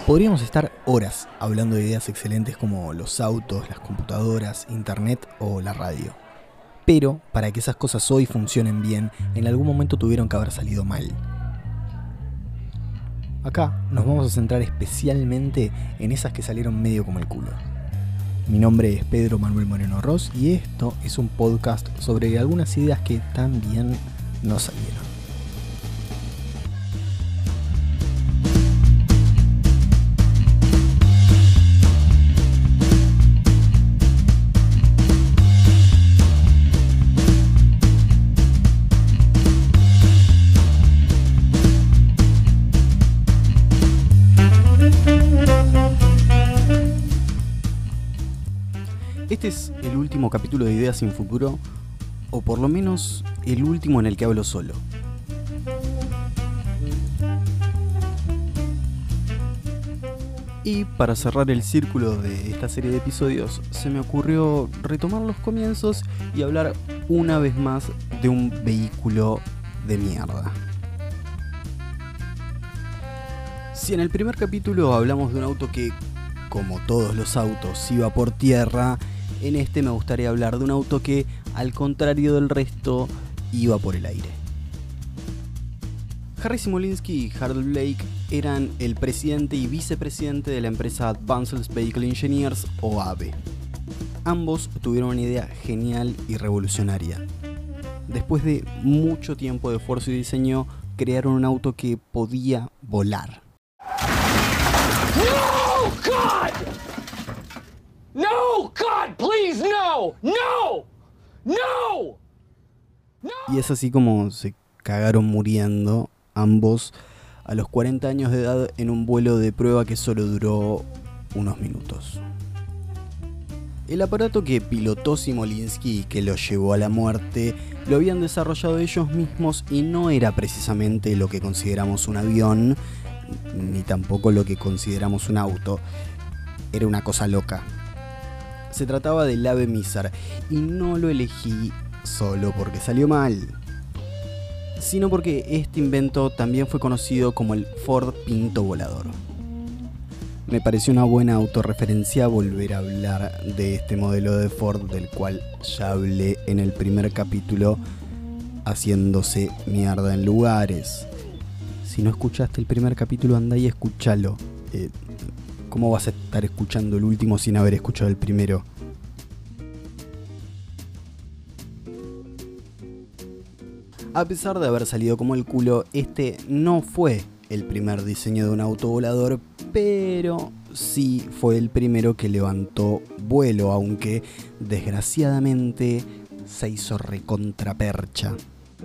Podríamos estar horas hablando de ideas excelentes como los autos, las computadoras, internet o la radio. Pero para que esas cosas hoy funcionen bien, en algún momento tuvieron que haber salido mal. Acá nos vamos a centrar especialmente en esas que salieron medio como el culo. Mi nombre es Pedro Manuel Moreno Ross y esto es un podcast sobre algunas ideas que también no salieron. Este es el último capítulo de Ideas sin Futuro, o por lo menos el último en el que hablo solo. Y para cerrar el círculo de esta serie de episodios, se me ocurrió retomar los comienzos y hablar una vez más de un vehículo de mierda. Si en el primer capítulo hablamos de un auto que, como todos los autos, iba por tierra, en este me gustaría hablar de un auto que, al contrario del resto, iba por el aire. Harry Smolinski y Harold Blake eran el presidente y vicepresidente de la empresa Advanced Vehicle Engineers, o AVE. Ambos tuvieron una idea genial y revolucionaria. Después de mucho tiempo de esfuerzo y diseño, crearon un auto que podía volar. No, God! No, God, please, no! No! No! Y es así como se cagaron muriendo ambos a los 40 años de edad en un vuelo de prueba que solo duró unos minutos. El aparato que pilotó Smolinski y que lo llevó a la muerte lo habían desarrollado ellos mismos y no era precisamente lo que consideramos un avión, ni tampoco lo que consideramos un auto. Era una cosa loca. Se trataba del Ave Mizar y no lo elegí solo porque salió mal, sino porque este invento también fue conocido como el Ford Pinto volador. Me pareció una buena autorreferencia volver a hablar de este modelo de Ford del cual ya hablé en el primer capítulo, haciéndose mierda en lugares. Si no escuchaste el primer capítulo, andá y escúchalo. ¿Cómo vas a estar escuchando el último sin haber escuchado el primero? A pesar de haber salido como el culo, este no fue el primer diseño de un auto volador, pero sí fue el primero que levantó vuelo, aunque desgraciadamente se hizo recontrapercha.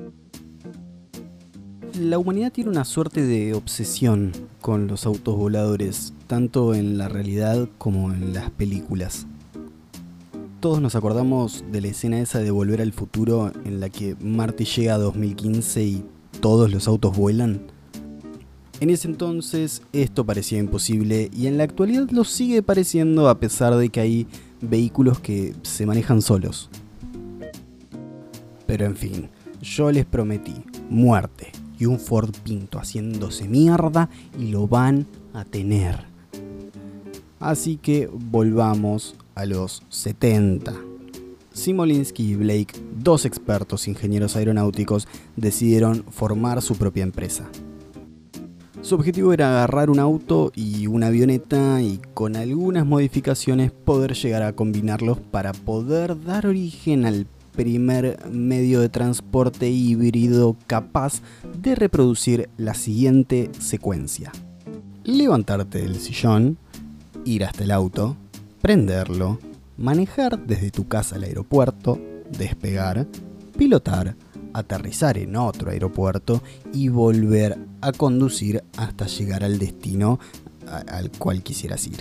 La humanidad tiene una suerte de obsesión con los autos voladores, tanto en la realidad como en las películas. Todos nos acordamos de la escena esa de Volver al Futuro en la que Marty llega a 2015 y todos los autos vuelan. En ese entonces esto parecía imposible y en la actualidad lo sigue pareciendo a pesar de que hay vehículos que se manejan solos. Pero en fin, yo les prometí muerte y un Ford Pinto haciéndose mierda y lo van a tener. Así que volvamos a los 70. Smolinski y Blake, dos expertos ingenieros aeronáuticos, decidieron formar su propia empresa. Su objetivo era agarrar un auto y una avioneta y con algunas modificaciones poder llegar a combinarlos para poder dar origen al primer medio de transporte híbrido capaz de reproducir la siguiente secuencia: levantarte del sillón, ir hasta el auto, prenderlo, manejar desde tu casa al aeropuerto, despegar, pilotar, aterrizar en otro aeropuerto y volver a conducir hasta llegar al destino al cual quisieras ir.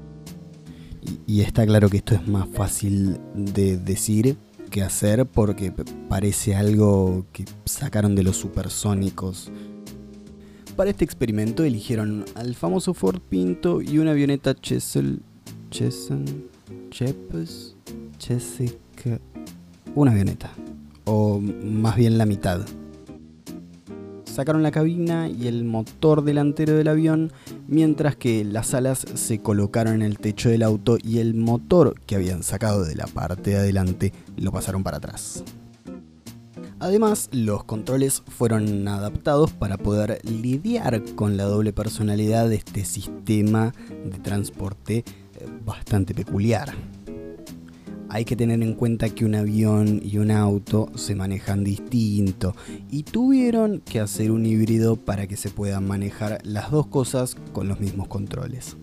Y está claro que esto es más fácil de decir que hacer porque parece algo que sacaron de los supersónicos. Para este experimento eligieron al famoso Ford Pinto y una avioneta una avioneta, o más bien la mitad. sacaron la cabina y el motor delantero del avión, mientras que las alas se colocaron en el techo del auto y el motor que habían sacado de la parte de adelante lo pasaron para atrás. Además, los controles fueron adaptados para poder lidiar con la doble personalidad de este sistema de transporte bastante peculiar. Hay que tener en cuenta que un avión y un auto se manejan distinto y tuvieron que hacer un híbrido para que se puedan manejar las dos cosas con los mismos controles.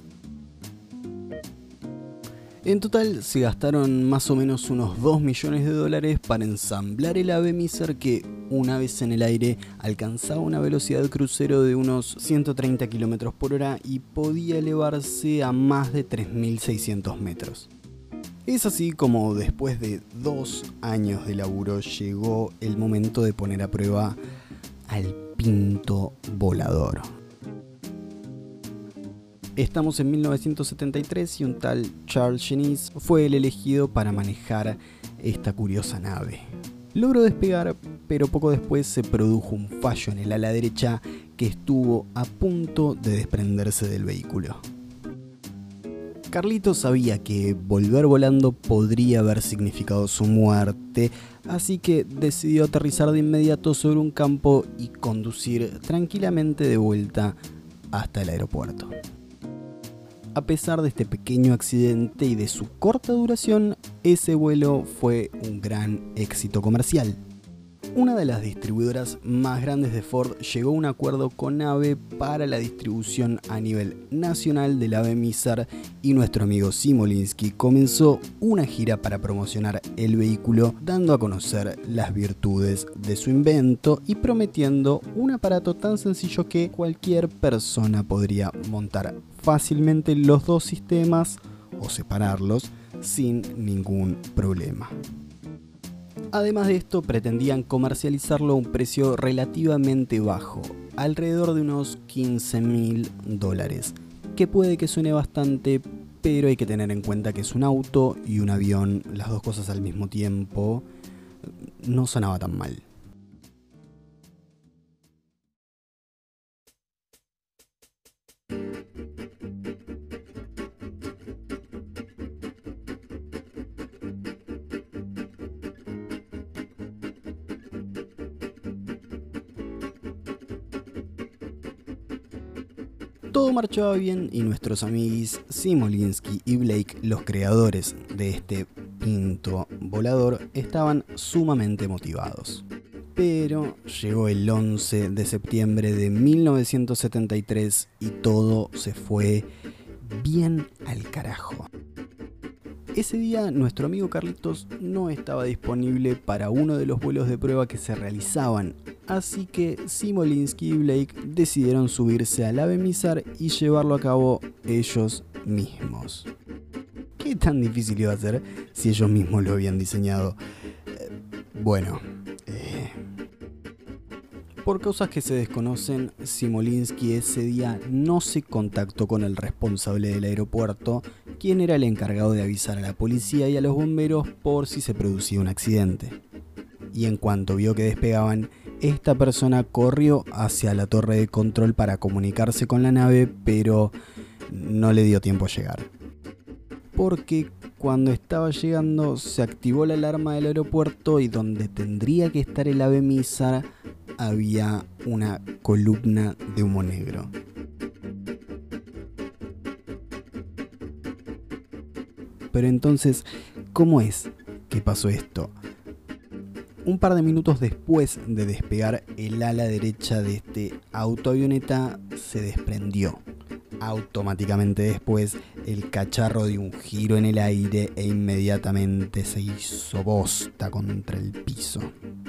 En total se gastaron más o menos unos $2 millones para ensamblar el ave Miser, que una vez en el aire alcanzaba una velocidad de crucero de unos 130 km por hora y podía elevarse a más de 3.600 metros. Es así como después de 2 años de laburo llegó el momento de poner a prueba al Pinto volador. Estamos en 1973 y un tal Charles Genise fue el elegido para manejar esta curiosa nave. Logró despegar, pero poco después se produjo un fallo en el ala derecha que estuvo a punto de desprenderse del vehículo. Carlitos sabía que volver volando podría haber significado su muerte, así que decidió aterrizar de inmediato sobre un campo y conducir tranquilamente de vuelta hasta el aeropuerto. A pesar de este pequeño accidente y de su corta duración, ese vuelo fue un gran éxito comercial. Una de las distribuidoras más grandes de Ford llegó a un acuerdo con AVE para la distribución a nivel nacional del ave Miser y nuestro amigo Smolinsky comenzó una gira para promocionar el vehículo, dando a conocer las virtudes de su invento y prometiendo un aparato tan sencillo que cualquier persona podría montar fácilmente los dos sistemas o separarlos sin ningún problema. Además de esto, pretendían comercializarlo a un precio relativamente bajo, alrededor de unos $15.000, que puede que suene bastante, pero hay que tener en cuenta que es un auto y un avión, las dos cosas al mismo tiempo, no sonaba tan mal. Todo marchaba bien y nuestros amigos Smolinsky y Blake, los creadores de este Pinto volador, estaban sumamente motivados. Pero llegó el 11 de septiembre de 1973 y todo se fue bien al carajo. Ese día nuestro amigo Carlitos no estaba disponible para uno de los vuelos de prueba que se realizaban, así que Smolinsky y Blake decidieron subirse al ave Miser y llevarlo a cabo ellos mismos. ¿Qué tan difícil iba a ser si ellos mismos lo habían diseñado? Por causas que se desconocen, Smolinsky ese día no se contactó con el responsable del aeropuerto, quien era el encargado de avisar a la policía y a los bomberos por si se producía un accidente. Y en cuanto vio que despegaban, esta persona corrió hacia la torre de control para comunicarse con la nave, pero no le dio tiempo a llegar. Porque cuando estaba llegando se activó la alarma del aeropuerto y donde tendría que estar el ave Miser había una columna de humo negro. Pero entonces, ¿cómo es que pasó esto? Un par de minutos después de despegar, el ala derecha de este autoavioneta se desprendió. Automáticamente después, el cacharro dio un giro en el aire e inmediatamente se hizo bosta contra el piso.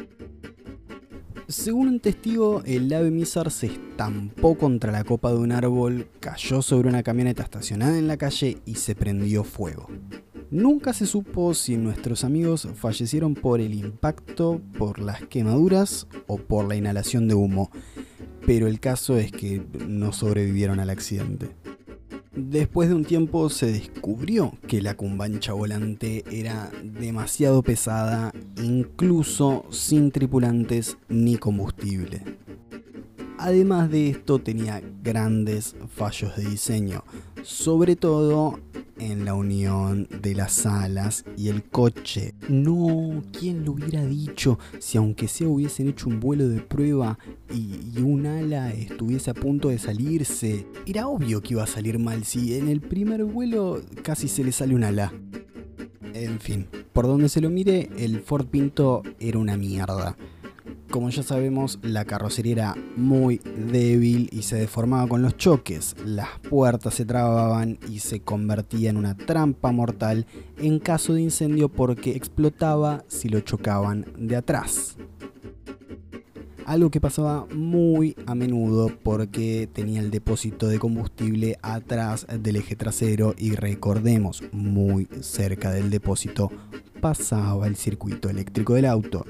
Según un testigo, el ave Miser se estampó contra la copa de un árbol, cayó sobre una camioneta estacionada en la calle y se prendió fuego. Nunca se supo si nuestros amigos fallecieron por el impacto, por las quemaduras o por la inhalación de humo, pero el caso es que no sobrevivieron al accidente. Después de un tiempo se descubrió que la cumbancha volante era demasiado pesada, incluso sin tripulantes ni combustible. Además de esto tenía grandes fallos de diseño, sobre todo en la unión de las alas y el coche. No, ¿quién lo hubiera dicho? Si aunque sea hubiesen hecho un vuelo de prueba y un ala estuviese a punto de salirse. Era obvio que iba a salir mal, si en el primer vuelo casi se le sale un ala. En fin, por donde se lo mire, el Ford Pinto era una mierda. Como ya sabemos, la carrocería era muy débil y se deformaba con los choques. Las puertas se trababan y se convertía en una trampa mortal en caso de incendio porque explotaba si lo chocaban de atrás. Algo que pasaba muy a menudo porque tenía el depósito de combustible atrás del eje trasero y recordemos, muy cerca del depósito pasaba el circuito eléctrico del auto.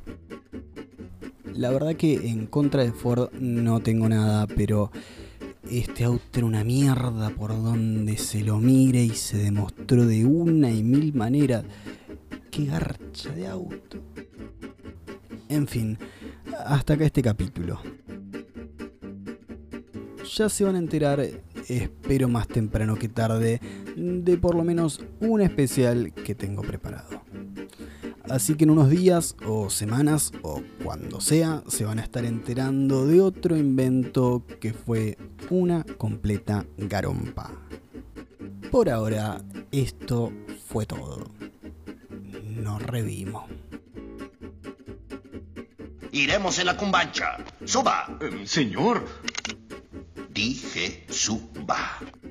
La verdad que en contra de Ford no tengo nada, pero este auto era una mierda por donde se lo mire y se demostró de una y mil maneras. ¡Qué garcha de auto! En fin, hasta acá este capítulo. Ya se van a enterar, espero más temprano que tarde, de por lo menos un especial que tengo preparado. Así que en unos días o semanas o cuando sea se van a estar enterando de otro invento que fue una completa garompa. Por ahora esto fue todo. Nos revimos. Iremos en la cumbancha. ¡Suba! Señor. Dije suba.